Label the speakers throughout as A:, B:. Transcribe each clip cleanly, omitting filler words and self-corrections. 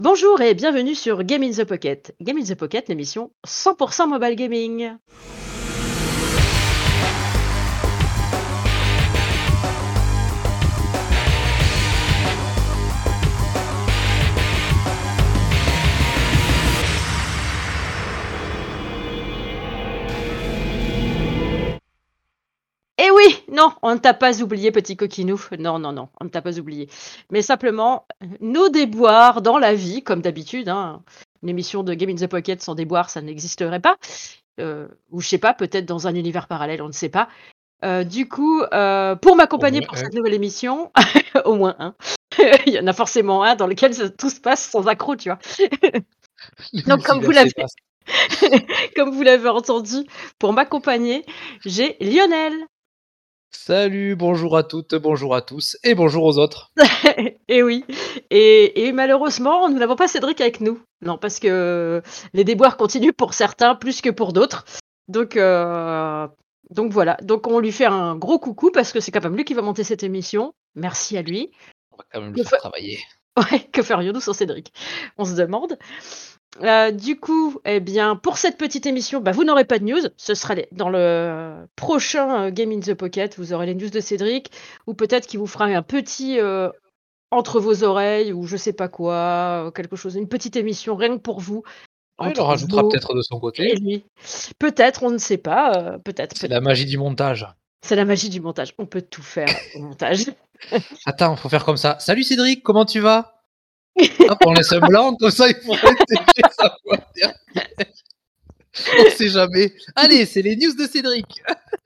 A: Bonjour et bienvenue sur Game in the Pocket. Game in the Pocket, l'émission 100% mobile gaming. Eh oui, non, on ne t'a pas oublié, petit coquinou. Non, non, non, on ne t'a pas oublié. Mais simplement, nos déboires dans la vie, comme d'habitude, hein. Une émission de Game in the Pocket sans déboires, ça n'existerait pas. Ou je sais pas, peut-être dans un univers parallèle, on ne sait pas. Du coup, pour
B: Au
A: m'accompagner
B: moins
A: pour
B: un.
A: cette nouvelle émission, au moins un, il y en a forcément un dans lequel tout se passe sans accroc, tu vois?
B: Le
A: Donc
B: multivers c'est vaste.
A: comme vous l'avez entendu, pour m'accompagner, j'ai Lionel.
B: Salut, bonjour à toutes, bonjour à tous et bonjour aux autres.
A: Et oui, et malheureusement, nous n'avons pas Cédric avec nous. Non, parce que les déboires continuent pour certains plus que pour d'autres. Donc heu, donc voilà, donc on lui fait un gros coucou parce que c'est quand même lui qui va monter cette émission. Merci à lui.
B: On va quand même le
A: Que
B: faire
A: fe
B: travailler.
A: Ouais, que ferions-nous sans Cédric? On se demande. Du coup, eh bien, pour cette petite émission, bah, vous n'aurez pas de news. Ce sera dans le prochain, Game in the Pocket. Vous aurez les news de Cédric ou peut-être qu'il vous fera un petit, entre vos oreilles ou je sais pas quoi, quelque chose, une petite émission rien que pour vous,
B: Ouais, il en
A: entre
B: rajoutera
A: vous
B: peut-être de son
A: et
B: côté.
A: lui. Peut-être, on ne sait pas, peut-être,
B: C'est la
A: peut-être.
B: magie du montage.
A: C'est la magie du montage. On peut tout faire au montage.
B: Attends, faut faire comme ça. Salut Cédric, comment tu vas? Hop, on laisse un blanc, comme ça il faut intégrer sa voix derrière. On sait jamais. Allez, c'est les news de Cédric.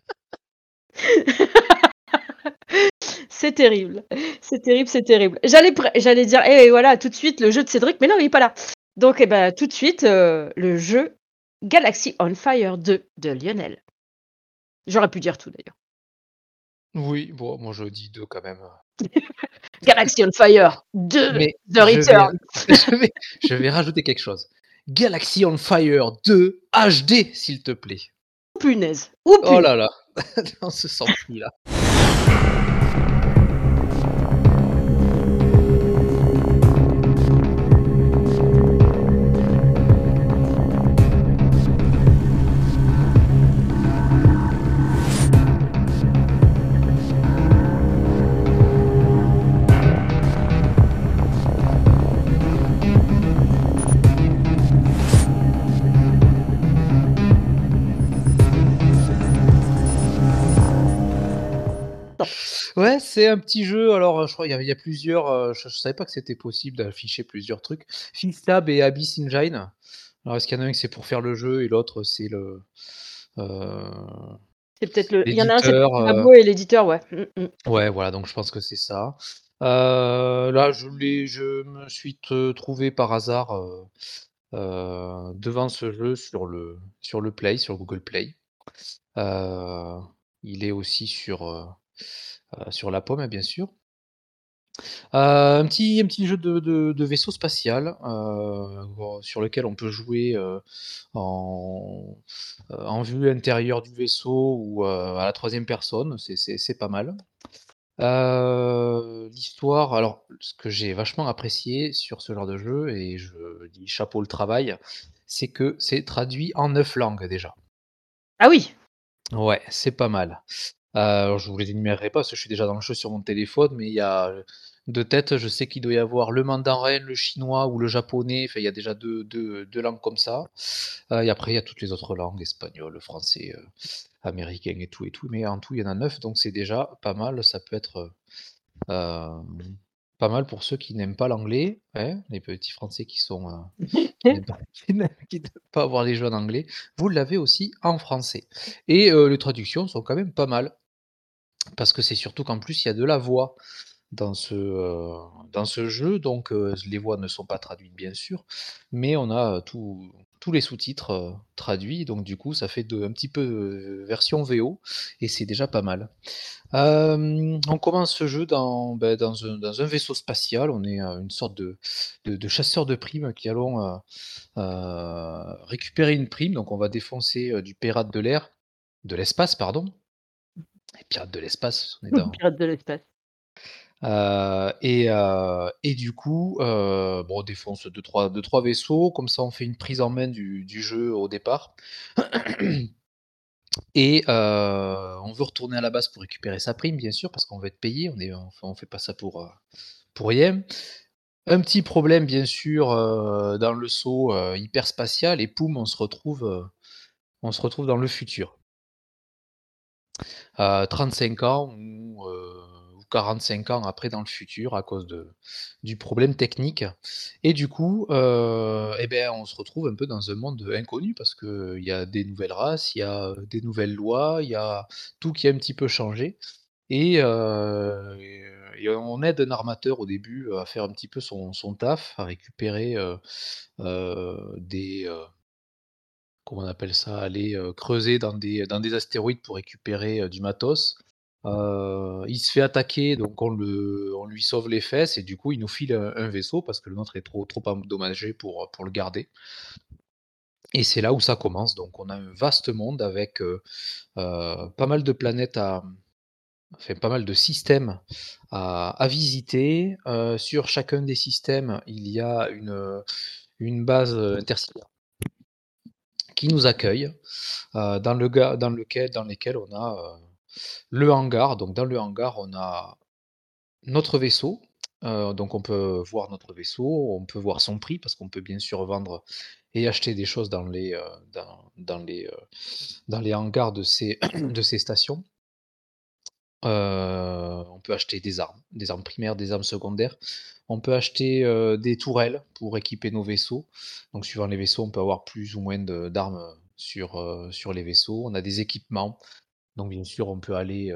A: C'est terrible. C'est terrible, c'est terrible. J'allais dire: «Eh voilà, tout de suite le jeu de Cédric», mais non, il est pas là. Donc eh ben, tout de suite, le jeu Galaxy on Fire 2 de Lionel. J'aurais pu dire tout d'ailleurs.
B: Oui, bon, moi je dis 2 quand même.
A: Galaxy on Fire 2
B: Mais
A: The Return.
B: je vais je vais rajouter quelque chose. Galaxy on Fire 2 HD, s'il te plaît.
A: Punaise! Oh
B: Oh
A: punaise!
B: là là, on se sent plus là. Ouais, c'est un petit jeu, alors, je crois il y a plusieurs, je savais pas que c'était possible d'afficher plusieurs trucs. Fixab et Abyss Engine. Alors est-ce qu'il y en a un que c'est pour faire le jeu et l'autre c'est heu,
A: C'est peut-être il y en a un, c'est
B: l'éditeur,
A: peut-être le labo et l'éditeur, ouais.
B: ouais voilà, donc je pense que c'est ça. Là je me suis trouvé par hasard, devant ce jeu sur le Play, sur Google Play. Heu, il est aussi sur la pomme, bien sûr. Un petit jeu de vaisseau spatial, sur lequel on peut jouer, en en vue intérieure du vaisseau ou, à la troisième personne, c'est pas mal. L'histoire, alors ce que j'ai vachement apprécié sur ce genre de jeu et je dis chapeau le travail, c'est que c'est traduit en 9 langues déjà.
A: Ah oui!
B: Ouais, c'est pas mal. Alors je vous les énumérerai pas parce que je suis déjà dans le jeu sur mon téléphone, mais il y a, de tête, je sais qu'il doit y avoir le mandarin, le chinois ou le japonais, enfin il y a déjà deux langues comme ça. Et après il y a toutes les autres langues, espagnol, le français, américain et tout, mais en tout il y en a 9 donc c'est déjà pas mal. Ça peut être, pas mal pour ceux qui n'aiment pas l'anglais, hein, les petits français qui n'aiment pas qui n'aiment pas avoir les jeux en anglais. Vous l'avez aussi en français et les traductions sont quand même pas mal. Parce que c'est surtout qu'en plus, il y a de la voix dans ce jeu, donc les voix ne sont pas traduites, bien sûr, mais on a, tous les sous-titres, traduits, donc du coup, ça fait un petit peu, version VO et c'est déjà pas mal. On commence ce jeu dans un vaisseau spatial. On est, une sorte de chasseurs de primes qui allons, récupérer une prime, donc on va défoncer, du pirate de l'air de l'espace, pardon. Les pirates de l'espace, on est dans
A: Pirates de l'espace.
B: Et du coup, bon, on défonce deux, trois vaisseaux, comme ça on fait une prise en main du jeu au départ. Et on veut retourner à la base pour récupérer sa prime, bien sûr, parce qu'on veut être payé, on fait pas ça pour rien. Un petit problème, bien sûr, dans le saut hyperspatial, et poum, on se retrouve dans le futur. 35 ans ou 45 ans après dans le futur à cause du problème technique. Et du coup, eh ben, on se retrouve un peu dans un monde inconnu parce qu'il y a des nouvelles races, il y a des nouvelles lois, il y a tout qui a un petit peu changé. Et on aide un armateur au début à faire un petit peu son taf, à récupérer des, comment on appelle ça? Aller, creuser dans des astéroïdes pour récupérer, du matos. Il se fait attaquer, donc on lui sauve les fesses et du coup, il nous file un vaisseau parce que le nôtre est trop endommagé pour le garder. Et c'est là où ça commence. Donc on a un vaste monde avec, pas mal de planètes enfin pas mal de systèmes à visiter. Sur chacun des systèmes, il y a une base, interstellaire qui nous accueille. Dans lesquels on a le hangar. Donc dans le hangar, on a notre vaisseau. Donc on peut voir notre vaisseau, on peut voir son prix parce qu'on peut bien sûr vendre et acheter des choses dans les hangars de ces, de ces stations. On peut acheter des armes primaires, des armes secondaires. On peut acheter des tourelles pour équiper nos vaisseaux. Donc suivant les vaisseaux, on peut avoir plus ou moins d'armes sur les vaisseaux. On a des équipements. Donc bien sûr, on peut aller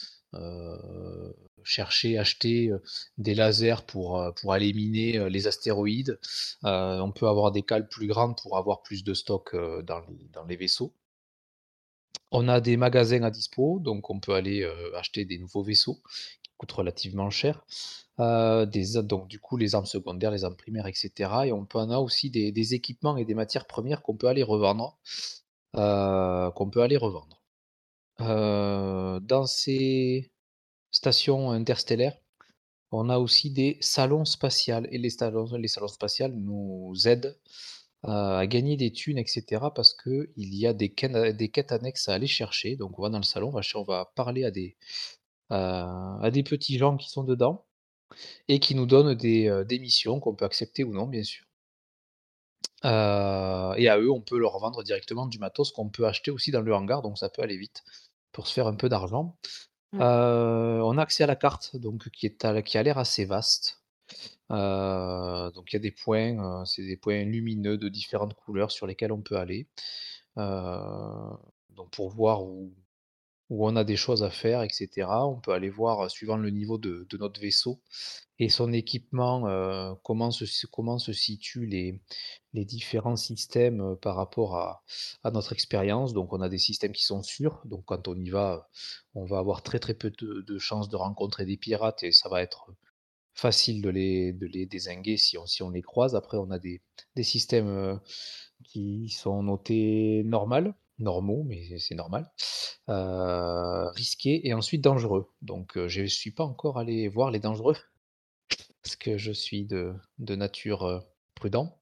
B: chercher, acheter des lasers pour aller miner les astéroïdes. On peut avoir des cales plus grandes pour avoir plus de stock dans les vaisseaux. On a des magasins à dispo, donc on peut aller acheter des nouveaux vaisseaux qui coûtent relativement cher. Donc du coup, les armes secondaires, les armes primaires, etc. Et on a aussi des équipements et des matières premières qu'on peut aller revendre. Qu'on peut aller revendre. Dans ces stations interstellaires, on a aussi des salons spatials et les salons spatials nous aident à gagner des thunes, etc. parce qu'il y a des quêtes annexes à aller chercher. Donc on va dans le salon, on va parler à des petits gens qui sont dedans et qui nous donnent des missions qu'on peut accepter ou non, bien sûr. Et à eux, on peut leur vendre directement du matos qu'on peut acheter aussi dans le hangar, donc ça peut aller vite pour se faire un peu d'argent.
A: Ouais.
B: On a accès à la carte, donc qui a l'air assez vaste. Donc il y a des points, c'est des points lumineux de différentes couleurs sur lesquels on peut aller. Donc pour voir où on a des choses à faire, et cetera. On peut aller voir, suivant le niveau de notre vaisseau et son équipement, comment se situent les différents systèmes, par rapport à notre expérience. Donc on a des systèmes qui sont sûrs, donc quand on y va, on va avoir très, très peu de chances de rencontrer des pirates et ça va être facile de les dézinguer si on les croise. Après on a des systèmes, qui sont notés normaux, mais c'est normal, risqués et ensuite dangereux. Donc je suis pas encore allé voir les dangereux parce que je suis de nature, prudent.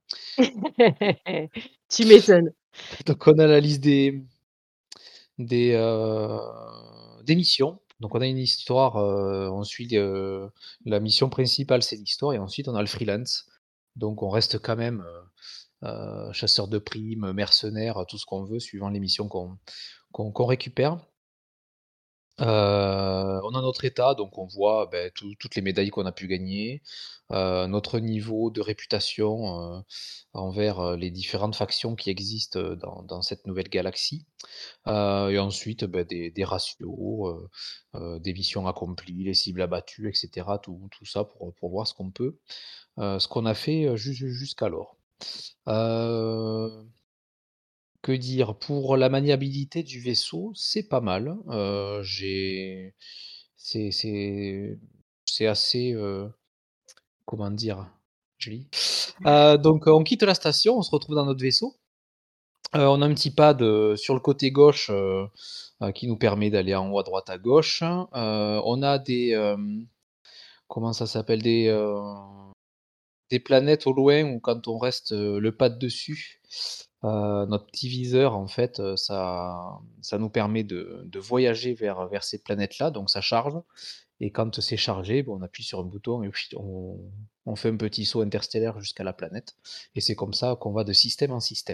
A: Tu m'étonnes.
B: Donc on a la liste des, heu, des missions. Donc on a une histoire, on suit, la mission principale, c'est l'histoire et ensuite on a le freelance. Donc on reste quand même, chasseur de primes, mercenaire, tout ce qu'on veut suivant les missions qu'on récupère. On a notre état, donc on voit, beh, toutes les médailles qu'on a pu gagner, notre niveau de réputation, envers, les différentes factions qui existent, dans cette nouvelle galaxie. Et ensuite, bah, des ratios, des missions accomplies, les cibles abattues, et cetera. Tout ça pour voir ce qu'on a fait, jusqu'alors. Heu que dire? Pour la maniabilité du vaisseau, c'est pas mal. J'ai c'est c'est assez, comment dire? Joli. Donc, on quitte la station, on se retrouve dans notre vaisseau. On a un petit pad, sur le côté gauche, qui nous permet d'aller en haut, à droite, à gauche. On a comment ça s'appelle? Des planètes au loin où quand on reste, le pad dessus, notre petit viseur en fait, ça nous permet de voyager vers ces planètes-là, donc ça charge et quand c'est chargé, on appuie sur un bouton et on fait un petit saut interstellaire jusqu'à la planète et c'est comme ça qu'on va de système en système.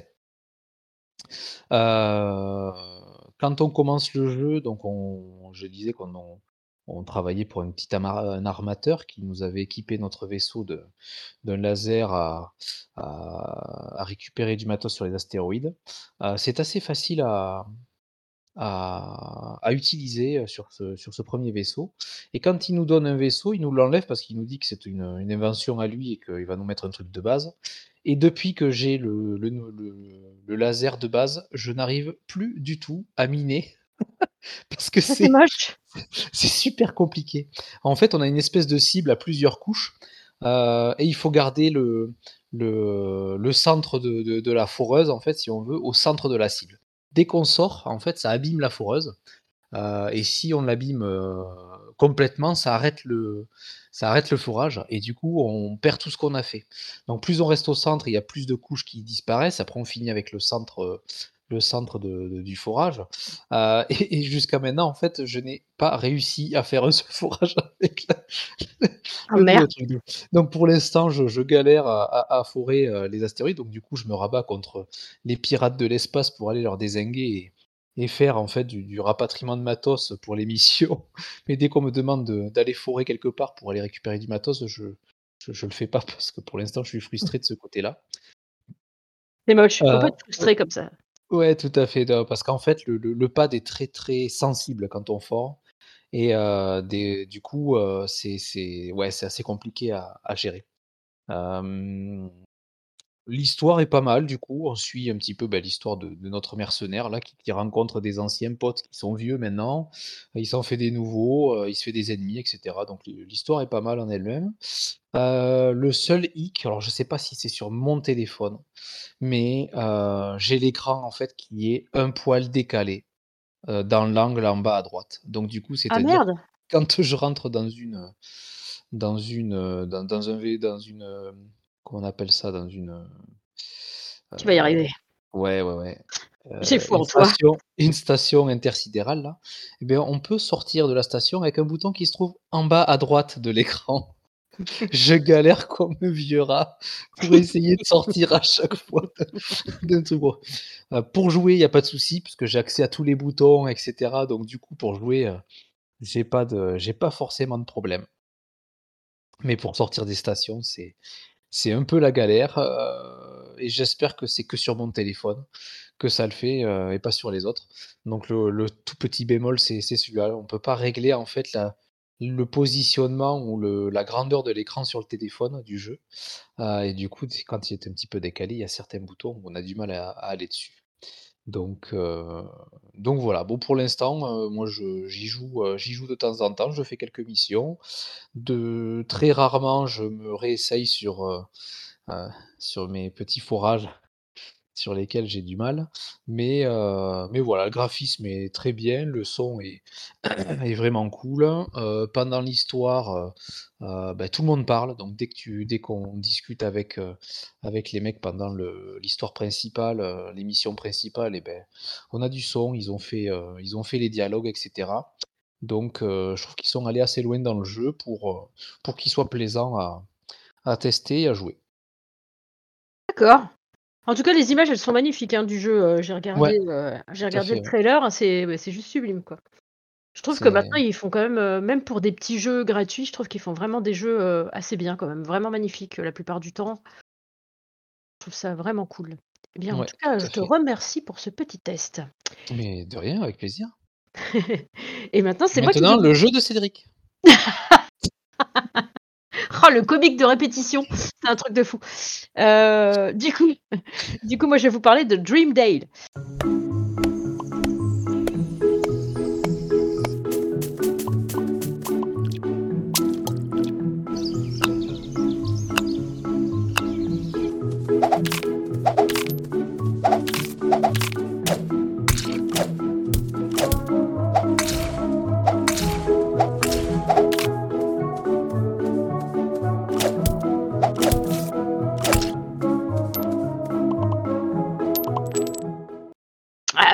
B: Heu, Quand on commence le jeu, donc je disais on travaillait pour un armateur qui nous avait équipé notre vaisseau d'un laser à récupérer du matos sur les astéroïdes. C'est assez facile à utiliser, sur ce 1er vaisseau et quand il nous donne un vaisseau, il nous l'enlève parce qu'il nous dit que c'est une invention à lui et qu'il va nous mettre un truc de base et depuis que j'ai le laser de base, je n'arrive plus du tout à miner parce que
A: Ça, c'est moche.
B: c'est super compliqué. En fait, on a une espèce de cible à plusieurs couches, et il faut garder le centre de la foreuse, en fait, si on veut, au centre de la cible. Dès qu'on sort, en fait, ça abîme la foreuse, et si on l'abîme, complètement, ça arrête le fourrage et du coup, on perd tout ce qu'on a fait. Donc plus on reste au centre, il y a plus de couches qui disparaissent. Après, on finit avec le centre du fourrage, et jusqu'à maintenant, en fait, je n'ai pas réussi à faire un seul fourrage avec
A: Ah
B: le
A: merde!
B: nouveau truc. Donc pour l'instant, je galère à forer, les astéroïdes, donc du coup, je me rabats contre les pirates de l'espace pour aller leur dézinguer et faire en fait du rapatriement de matos pour les missions. Mais dès qu'on me demande d'aller forer quelque part pour aller récupérer du matos, je le fais pas parce que pour l'instant, je suis frustré de ce côté-là.
A: C'est moche. Faut pas
B: Heu,
A: être frustré comme ça.
B: ouais, tout à fait, parce qu'en fait, le pad est très, très sensible quand on fore et du coup, ouais, c'est assez compliqué à gérer. Hem L'histoire est pas mal du coup, on suit un petit peu, l'histoire de notre mercenaire là qui rencontre des anciens potes qui sont vieux maintenant. Il s'en fait des nouveaux, il se fait des ennemis et cetera donc l'histoire est pas mal en elle-même. Le seul hic, alors je sais pas si c'est sur mon téléphone, mais j'ai l'écran en fait qui est un poil décalé, dans l'angle en bas à droite. Donc du coup,
A: Ah
B: c'est-à-dire
A: merde!
B: quand je rentre dans un V dans une, comment on appelle ça? Dans une,
A: Tu vas y arriver.
B: ouais, ouais, ouais,
A: J'ai foi en toi.
B: une station intersidérale là, et bien, on peut sortir de la station avec un bouton qui se trouve en bas à droite de l'écran. Je galère comme un vieux rat pour essayer de sortir à chaque fois d'un truc bon. Pour jouer, il y a pas de souci puisque j'ai accès à tous les boutons et cetera, donc du coup, pour jouer, j'ai pas forcément de problème. Mais pour sortir des stations, c'est un peu la galère, et j'espère que c'est que sur mon téléphone que ça le fait, et pas sur les autres. Donc le tout petit bémol, c'est celui-là. On peut pas régler en fait le positionnement ou la grandeur de l'écran sur le téléphone du jeu, et du coup, quand il est un petit peu décalé, il y a certains boutons où on a du mal à aller dessus. Donc heu, donc voilà. Bon pour l'instant, moi j'y joue de temps en temps, je fais quelques missions. Très rarement, je me réessaye heu, sur mes petits forages sur lesquels j'ai du mal. Mais voilà, le graphisme est très bien, le son est est vraiment cool. Pendant l'histoire, tout le monde parle, donc dès qu'on discute avec les mecs pendant l'histoire principale, les missions principales et on a du son, ils ont fait les dialogues et cetera. Donc je trouve qu'ils sont allés assez loin dans le jeu pour qu'il soit plaisant à tester et à jouer.
A: D'accord. En tout cas, les images, elles sont magnifiques, hein, du jeu,
B: Ouais,
A: j'ai
B: tout à
A: regardé
B: fait,
A: le
B: ouais.
A: trailer, hein, c'est juste sublime, quoi. Je trouve que
B: C'est
A: maintenant, ils font quand même, même pour des petits jeux gratuits, je trouve qu'ils font vraiment des jeux, assez bien quand même, vraiment magnifiques, la plupart du temps. Je trouve ça vraiment cool. Eh bien, en
B: ouais,
A: tout cas,
B: tout
A: je
B: à
A: te
B: fait.
A: remercie pour ce petit test.
B: Mais de rien, avec plaisir.
A: Et maintenant,
B: Et
A: c'est moi qui
B: maintenant,
A: débute.
B: le jeu de Cédric.
A: Oh, le comique de répétition, c'est un truc de fou. Du coup du coup, moi, je vais vous parler de Dream Dale.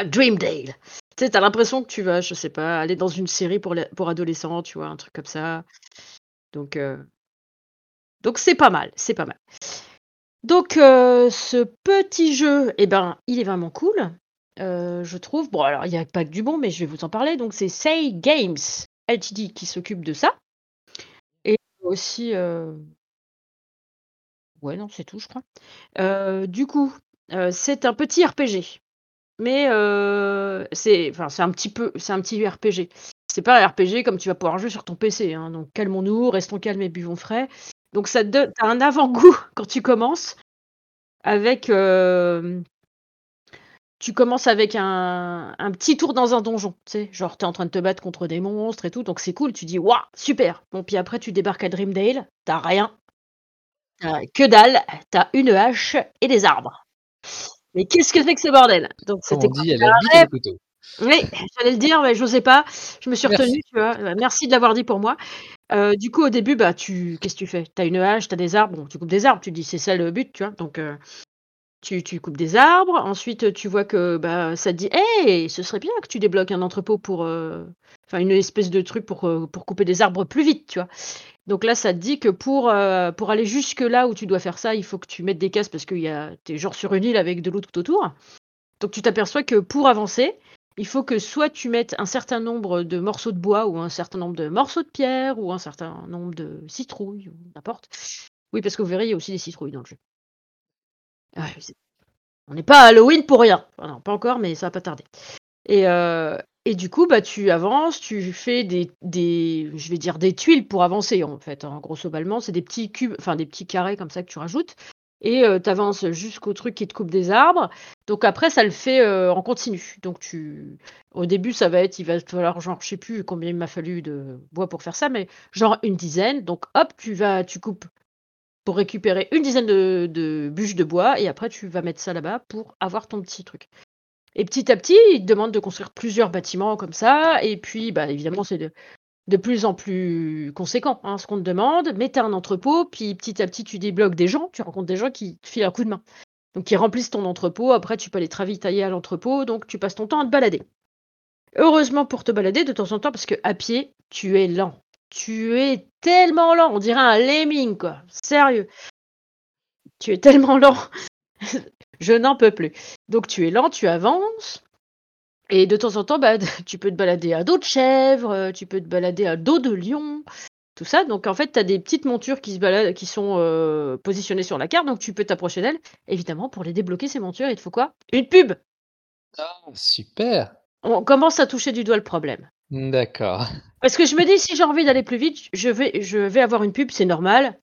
A: Dreamdale. Tu sais, tu l'impression que tu vas, je sais pas, aller dans une série pour adolescents, tu vois? Un truc comme ça. Donc heu, donc c'est pas mal, c'est pas mal. Donc ce petit jeu, eh ben, il est vraiment cool, je trouve. Bon alors il y a pas que du bon, mais je vais vous en parler. Donc c'est Say Games Ltd qui s'occupe de ça et aussi, ouais non c'est tout je crois. Du coup, c'est un petit RPG, mais c'est un petit RPG. C'est pas un RPG comme tu vas pouvoir jouer sur ton PC, hein, donc calmons-nous, restons calmes et buvons frais. Donc ça te donne tu un avant-goût quand tu commences avec, tu commences avec un petit tour dans un donjon, tu sais? Genre, tu es en train de te battre contre des monstres et tout, donc c'est cool, tu dis: «Waouh, super!» Bon, puis après tu débarques à Dreamdale, tu rien, que dalle, tu as une hache et des arbres. Mais qu'est-ce que c'est que ce bordel? Donc
B: Comme
A: c'était
B: on
A: quoi?
B: dit, elle
A: Tu
B: a bite
A: un
B: le
A: rêve
B: couteau.
A: oui, j'allais le dire, mais j'osais pas. Je me suis retenue,
B: Merci.
A: tu vois? Merci de l'avoir dit pour moi. Du coup, au début, bah, qu'est-ce que tu fais? Tu as une hache, tu as des arbres, bon, tu coupes des arbres, tu te dis: «C'est ça le but», tu vois? Donc tu coupes des arbres, ensuite, tu vois que, bah, ça te dit: «Hey, ce serait bien que tu débloques un entrepôt pour, enfin une espèce de truc pour couper des arbres plus vite», tu vois? Donc là, ça te dit que pour aller jusque là où tu dois faire ça, il faut que tu mettes des cases parce que tu es genre sur une île avec de l'eau tout autour. Donc tu t'aperçois que pour avancer, il faut que soit tu mettes un certain nombre de morceaux de bois ou un certain nombre de morceaux de pierre ou un certain nombre de citrouilles ou n'importe. Oui, parce que vous verrez, il y a aussi des citrouilles dans le jeu. Ouais, on n'est pas à Halloween pour rien. Enfin non, pas encore, mais ça va pas tarder. Et et du coup, bah, tu avances, tu fais des je vais dire des tuiles pour avancer, en fait, hein. Grosso ballement, c'est des petits cubes, enfin des petits carrés comme ça que tu rajoutes et tu avances jusqu'au truc qui te coupe des arbres. Donc après, ça le fait, en continu. Donc au début, il va te falloir genre, je sais plus combien il m'a fallu de bois pour faire ça, mais genre une dizaine. Donc hop, tu coupes pour récupérer une dizaine de bûches de bois et après tu vas mettre ça là-bas pour avoir ton petit truc. Et petit à petit, ils te demandent de construire plusieurs bâtiments comme ça et puis, bah, évidemment, c'est de plus en plus conséquent, hein, ce qu'on te demande, mais tu as un entrepôt, puis petit à petit, tu débloques des gens, tu rencontres des gens qui te filent un coup de main. Donc qui remplissent ton entrepôt, après tu peux aller te ravitailler à l'entrepôt, donc tu passes ton temps à te balader. Heureusement pour te balader de temps en temps, parce qu'à pied, tu es lent. Tu es tellement lent, on dirait un lemming, quoi. Sérieux, tu es tellement lent, je n'en peux plus. Donc tu es lent, tu avances. Et de temps en temps, bah, tu peux te balader à dos de chèvre, tu peux te balader à dos de lion, tout ça. Donc en fait, tu as des petites montures qui sont, positionnées sur la carte, donc tu peux t'approcher d'elles. Évidemment, pour les débloquer ces montures, il te faut quoi? Une pub!
B: Ah super!
A: On commence à toucher du doigt le problème.
B: D'accord.
A: Parce que je me dis: «Si j'ai envie d'aller plus vite, je vais avoir une pub, c'est normal».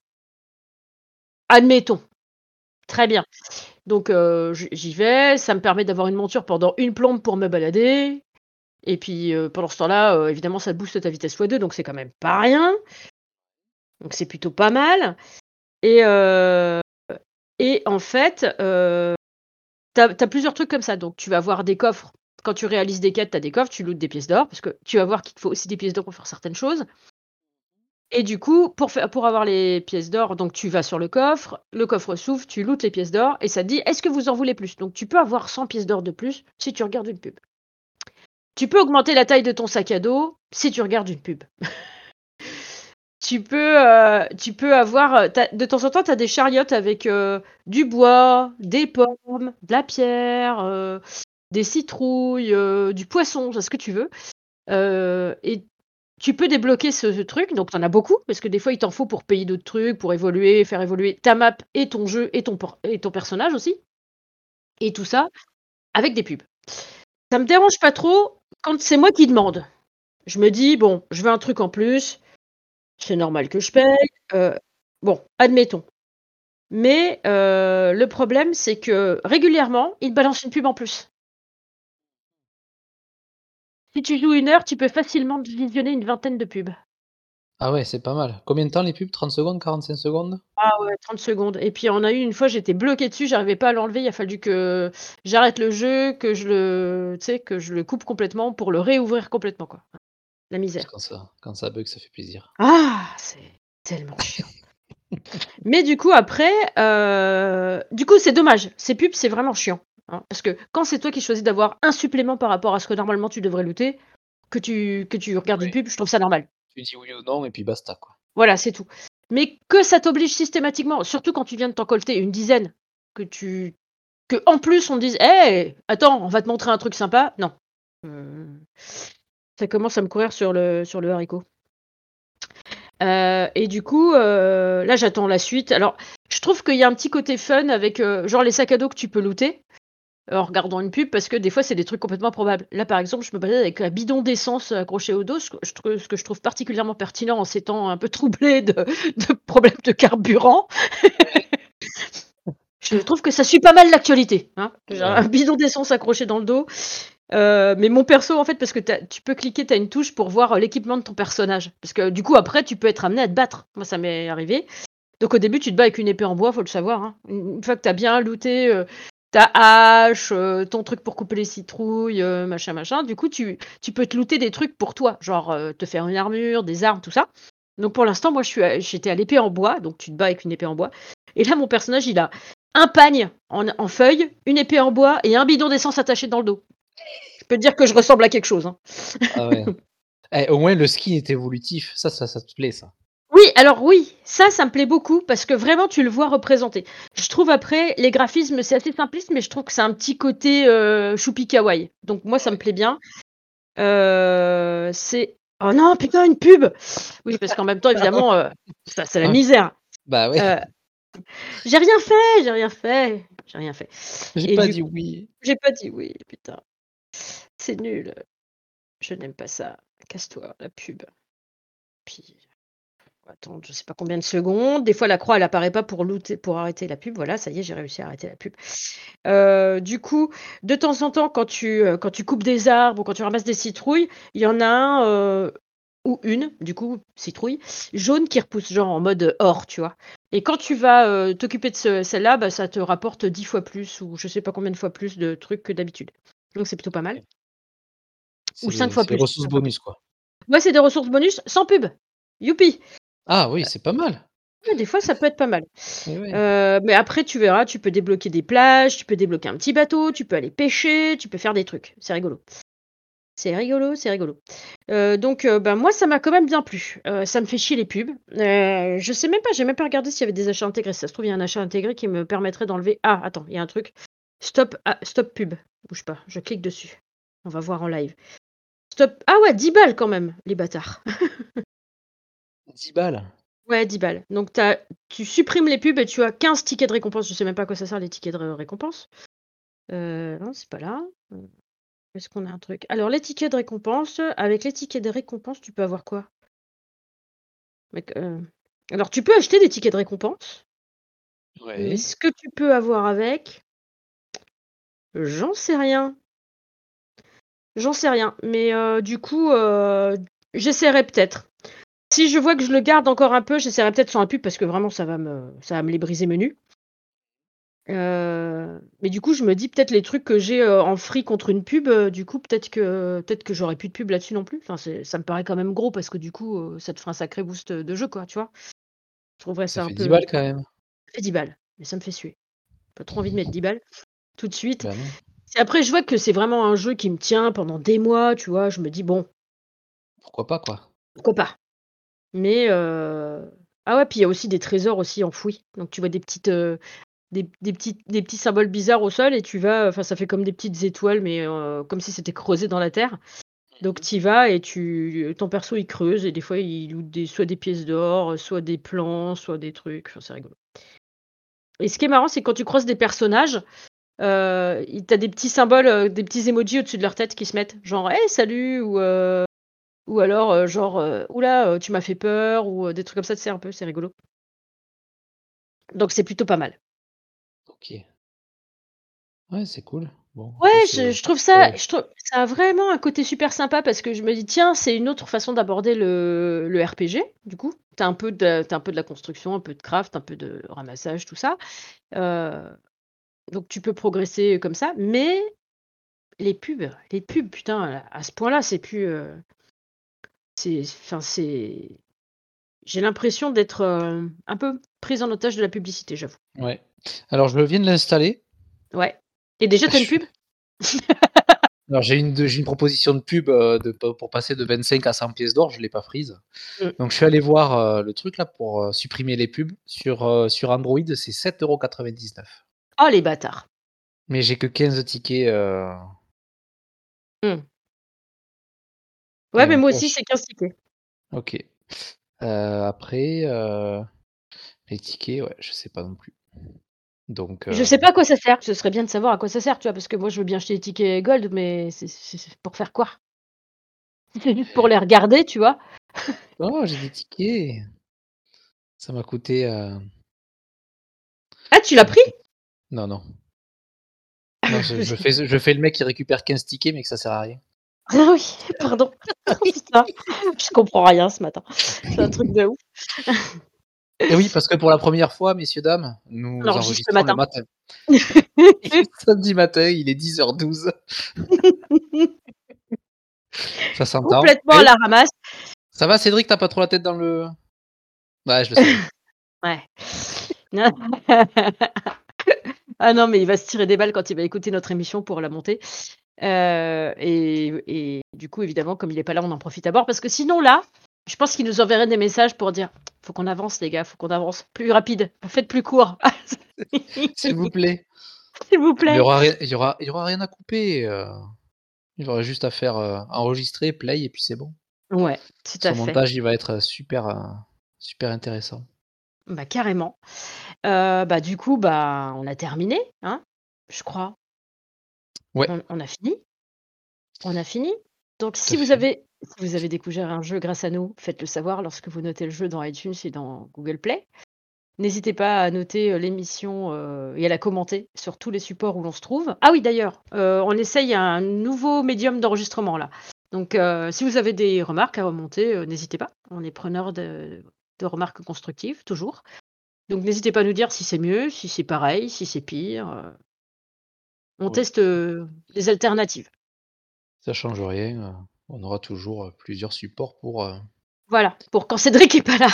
A: Admettons, très bien. Donc j'y vais, ça me permet d'avoir une monture pendant une plombe pour me balader. Et puis, pendant ce temps-là, évidemment, ça booste ta vitesse fois 2, donc c'est quand même pas rien. Donc c'est plutôt pas mal et en fait, tu as plusieurs trucs comme ça. Donc tu vas avoir des coffres. Quand tu réalises des quêtes, tu as des coffres, tu lootes des pièces d'or parce que tu vas voir qu'il te faut aussi des pièces d'or pour faire certaines choses et du coup, pour avoir les pièces d'or, donc tu vas sur le coffre s'ouvre, tu lootes les pièces d'or et ça te dit: «Est-ce que vous en voulez plus?» Donc tu peux avoir 100 pièces d'or de plus si tu regardes une pub. Tu peux augmenter la taille de ton sac à dos si tu regardes une pub. Tu peux avoir, de temps en temps, tu as des chariots avec, du bois, des pommes, de la pierre, des citrouilles, du poisson, enfin ce que tu veux, et tu peux débloquer ce truc, donc tu en as beaucoup, parce que des fois, il t'en faut pour payer d'autres trucs, pour évoluer, faire évoluer ta map et ton jeu et ton personnage aussi et tout ça avec des pubs. Ça me dérange pas trop quand c'est moi qui demande. Je me dis: «Bon, je veux un truc en plus, c'est normal que je paye», bon, admettons. Mais le problème, c'est que régulièrement, ils te balancent une pub en plus. Si tu joues 1 heure, tu peux facilement visionner une vingtaine de pubs.
B: Ah ouais, c'est pas mal. Combien de temps les pubs? 30 secondes, 45 secondes?
A: Ah ouais, 30 secondes et puis on a eu une fois, j'étais bloquée dessus, j'arrivais pas à l'enlever, il a fallu que j'arrête le jeu, que je le coupe complètement pour le réouvrir complètement, quoi. La
B: Parce
A: misère.
B: que quand ça bug, ça fait plaisir.
A: Ah! C'est tellement chiant. Mais du coup après, du coup c'est dommage. Ces pubs, c'est vraiment chiant. hein. Parce que quand c'est toi qui choisis d'avoir un supplément par rapport à ce que normalement tu devrais looter, que tu regardes une
B: Ouais.
A: pub, je trouve ça normal.
B: Tu dis oui ou non et puis basta, quoi.
A: Voilà, c'est tout. Mais que ça t'oblige systématiquement, surtout quand tu viens de t'en colter une dizaine, que en plus on te dise: «Hey, attends, on va te montrer un truc sympa». Non. Heu, Ça commence à me courir sur le haricot. Et du coup, là j'attends la suite. Alors, je trouve qu'il y a un petit côté fun avec, genre les sacs à dos que tu peux looter, en regardant une pub parce que des fois c'est des trucs complètement improbables. Là par exemple, je me balade avec un bidon d'essence accroché au dos, ce que je trouve particulièrement pertinent en ces temps un peu troublés de problèmes de carburant. Je trouve que ça suit pas mal l'actualité, hein. J'ai un
B: Ouais.
A: bidon d'essence accroché dans le dos, mais mon perso en fait parce que tu peux cliquer, tu as une touche pour voir, l'équipement de ton personnage. Parce que du coup après tu peux être amené à te battre. Moi ça m'est arrivé. Donc au début, tu te bats avec une épée en bois, faut le savoir, hein. Une fois que tu as bien looté, ta hache, ton truc pour couper les citrouilles, machin, machin, du coup, tu peux te looter des trucs pour toi, genre, te faire une armure, des armes, tout ça. Donc pour l'instant, moi, j'étais à l'épée en bois, donc tu te bats avec une épée en bois. Et là, mon personnage, il a un pagne en feuilles, une épée en bois et un bidon d'essence attaché dans le dos. Je peux te dire que je ressemble à quelque chose, hein.
B: Ah ouais. Au moins le ski est évolutif, ça te plaît ça?
A: Oui, alors oui, ça me plaît beaucoup parce que vraiment tu le vois représenté. Je trouve après les graphismes, c'est assez simpliste, mais je trouve que c'est un petit côté, choupi kawaii. Donc moi ça me
B: Ouais.
A: plaît bien. C'est oh non putain une pub! Oui, parce qu'en même temps évidemment, ça c'est la
B: Ah,
A: misère.
B: bah ouais,
A: Heu, j'ai rien fait, j'ai rien fait, j'ai rien fait
B: j'ai
A: et
B: pas
A: du
B: dit
A: coup
B: oui.
A: j'ai pas dit oui, putain, c'est nul, je n'aime pas ça. Casse-toi la pub. Puis attends, je sais pas combien de secondes. Des fois, la croix, elle apparaît pas pour arrêter la pub. Voilà, ça y est, j'ai réussi à arrêter la pub. Du coup, de temps en temps, quand tu coupes des arbres ou quand tu ramasses des citrouilles, il y en a un, ou une, du coup, citrouille, jaune qui repousse, genre en mode, or, tu vois? Et quand tu vas, t'occuper de celle-là, bah, ça te rapporte 10 fois plus ou je sais pas combien de fois plus de trucs que d'habitude. Donc c'est plutôt pas mal.
B: OK.
A: Ou
B: C'est
A: 5
B: des
A: fois
B: c'est des
A: plus,
B: ressources
A: 5 fois plus.
B: bonus, quoi.
A: Ouais, c'est des ressources bonus sans pub. Youpi!
B: Ah oui, c'est pas mal.
A: Ouais, des fois, ça peut être pas mal.
B: Eh ouais.
A: Mais après tu verras, tu peux débloquer des plages, tu peux débloquer un petit bateau, tu peux aller pêcher, tu peux faire des trucs. C'est rigolo. C'est rigolo, c'est rigolo. Donc bah, moi ça m'a quand même bien plu. Ça me fait chier les pubs. Je sais même pas, j'ai même pas regardé s'il y avait des achats intégrés. Si ça se trouve, il y a un achat intégré qui me permettrait d'enlever ah attends, il y a un truc. Stop pub. Bouge pas, je clique dessus. On va voir en live. Stop ah ouais, 10 balles quand même, les bâtards.
B: 10 balles?
A: Ouais, 10 balles. Donc tu supprimes les pubs et tu as 15 tickets de récompense. Je sais même pas à quoi ça sert les tickets de récompense. Non, c'est pas là. Est-ce qu'on a un truc? Alors les tickets de récompense, avec les tickets de récompense, tu peux avoir quoi? Mec, alors tu peux acheter des tickets de récompense, mais
B: Ouais.
A: ce que tu peux avoir avec, j'en sais rien. J'en sais rien, mais du coup, j'essaierai peut-être. Si je vois que je le garde encore un peu, j'essaierai peut-être sans la pub parce que vraiment ça va me les briser menu. Mais du coup, je me dis peut-être les trucs que j'ai, en free contre une pub, du coup, peut-être que j'aurai plus de pub là-dessus non plus. Enfin, ça me paraît quand même gros parce que du coup, ça te fera un sacré boost, de jeu, quoi, tu vois? Je trouverais
B: Ça
A: ça un
B: fait 10
A: peu
B: balles quand même.
A: ça fait 10 balles, mais ça me fait suer. Pas trop envie de mettre 10 balles tout de suite.
B: Bah non.
A: Si après je vois que c'est vraiment un jeu qui me tient pendant des mois, tu vois? Je me dis: «Bon,
B: Pourquoi pas, quoi?
A: pourquoi pas?» Mais ah ouais, puis il y a aussi des trésors aussi enfouis. Donc tu vois des petits symboles bizarres au sol et tu vas enfin ça fait comme des petites étoiles mais comme si c'était creusé dans la terre. Donc tu y vas et ton perso il creuse et des fois il loot soit des pièces d'or, soit des plans, soit des trucs, enfin c'est rigolo. Et ce qui est marrant, c'est que quand tu croises des personnages, tu des petits symboles, des petits emojis au-dessus de leur tête qui se mettent, genre: «Hey salut» ou alors, genre, «Ouh là, tu m'as fait peur» ou des trucs comme ça, tu sais un peu, c'est rigolo. Donc c'est plutôt pas mal.
B: OK. Ouais, c'est cool. Bon,
A: Ouais,
B: après
A: je trouve ça je trouve ça a vraiment un côté super sympa parce que je me dis: «Tiens, c'est une autre façon d'aborder le RPG», du coup. Tu un peu de la construction, un peu de craft, un peu de ramassage, tout ça. Heu, donc tu peux progresser comme ça, mais les pubs, putain, à ce point-là, c'est plus, c'est j'ai l'impression d'être, un peu prise en otage de la publicité, j'avoue.
B: ouais. Alors je viens de l'installer.
A: Ouais. Et déjà,
B: Je
A: tu as une
B: suis
A: pub?
B: alors j'ai une proposition de pub, pour passer de 25 à 100 pièces d'or, je l'ai pas prise.
A: Mmh.
B: Donc je suis allé voir, le truc là pour, supprimer les pubs sur Android, c'est 7,99 €.
A: Oh les bâtards!
B: Mais j'ai que 15 tickets,
A: Mmh. Ouais,
B: et
A: mais
B: en
A: moi
B: plus,
A: aussi, c'est 15 tickets.
B: OK. Après, les tickets, ouais, je sais pas non plus. Donc
A: Je sais pas à quoi ça sert. Ce serait bien de savoir à quoi ça sert, tu vois? Parce que moi, je veux bien acheter les tickets Gold, mais c'est pour faire quoi? Si c'est juste pour les regarder, tu vois?
B: oh, j'ai des tickets! Ça m'a coûté,
A: Ah, tu l'as
B: ça m'a
A: pris?
B: coûté non, non. Non, je fais le mec qui récupère 15 tickets, mais que ça sert à rien.
A: Ah oui, pardon. Oh putain, je comprends rien ce matin. C'est un truc de ouf.
B: Et oui, parce que pour la première fois, messieurs, dames,
A: On
B: nous
A: enregistre le
B: enregistrons le
A: matin.
B: matin. Samedi matin, il est 10h12. Ça s'entend.
A: Complètement à
B: Et
A: la ramasse.
B: ça va Cédric, tu as pas trop la tête dans le ouais, je le savais.
A: Ouais. Ah non, mais il va se tirer des balles quand il va écouter notre émission pour la monter. Et du coup, évidemment, comme il est pas là, on en profite à bord parce que sinon là, je pense qu'il nous enverrait des messages pour dire: «Faut qu'on avance les gars, faut qu'on avance. Plus rapide, faites plus court,
B: S'il vous plaît.
A: s'il vous
B: Mais
A: plaît».
B: il y aura rien à couper, il y aura juste à faire, enregistrer, play et puis c'est bon.
A: Ouais, tout à
B: Son
A: fait.
B: montage, il va être, super intéressant.
A: Bah, carrément. Bah, du coup, bah, on a terminé, hein, je crois.
B: Ouais,
A: On a fini, on a fini. Donc
B: tout à fait.
A: si vous avez découvert un jeu grâce à nous, faites-le savoir lorsque vous notez le jeu dans iTunes et dans Google Play. N'hésitez pas à noter, l'émission, et à la commenter sur tous les supports où l'on se trouve. Ah oui, d'ailleurs, on essaye un nouveau médium d'enregistrement là. Donc si vous avez des remarques à remonter, n'hésitez pas. On est preneur de remarques constructives, toujours. Donc n'hésitez pas à nous dire si c'est mieux, si c'est pareil, si c'est pire, on
B: Oui,
A: teste, des alternatives.
B: ça change rien, on aura toujours, plusieurs supports pour,
A: Voilà, pour quand Cédric est pas là.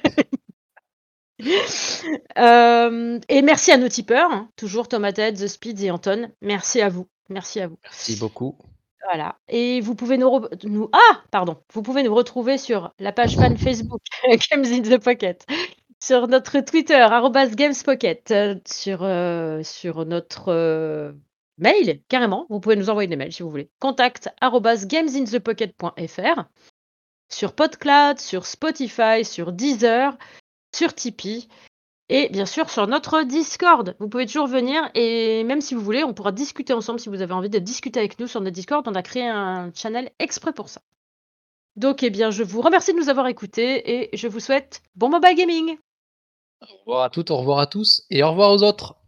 A: Et merci à nos tipeurs, hein, toujours Tomated, The Speeds et Anton. Merci à vous, merci à vous.
B: merci beaucoup.
A: Voilà et vous pouvez vous pouvez nous retrouver sur la page fan Facebook Games in the Pocket, sur notre Twitter @gamespocket, sur notre, mail carrément, vous pouvez nous envoyer des mails si vous voulez. contact@gamesinthepocket.fr, sur PodCloud, sur Spotify, sur Deezer, sur Tipeee et bien sûr sur notre Discord. Vous pouvez toujours venir et même si vous voulez, on pourra discuter ensemble si vous avez envie de discuter avec nous sur notre Discord. On a créé un channel exprès pour ça. Donc eh bien, je vous remercie de nous avoir écoutés et je vous souhaite bon mobile gaming!
B: Au revoir à toutes, au revoir à tous et au revoir aux autres.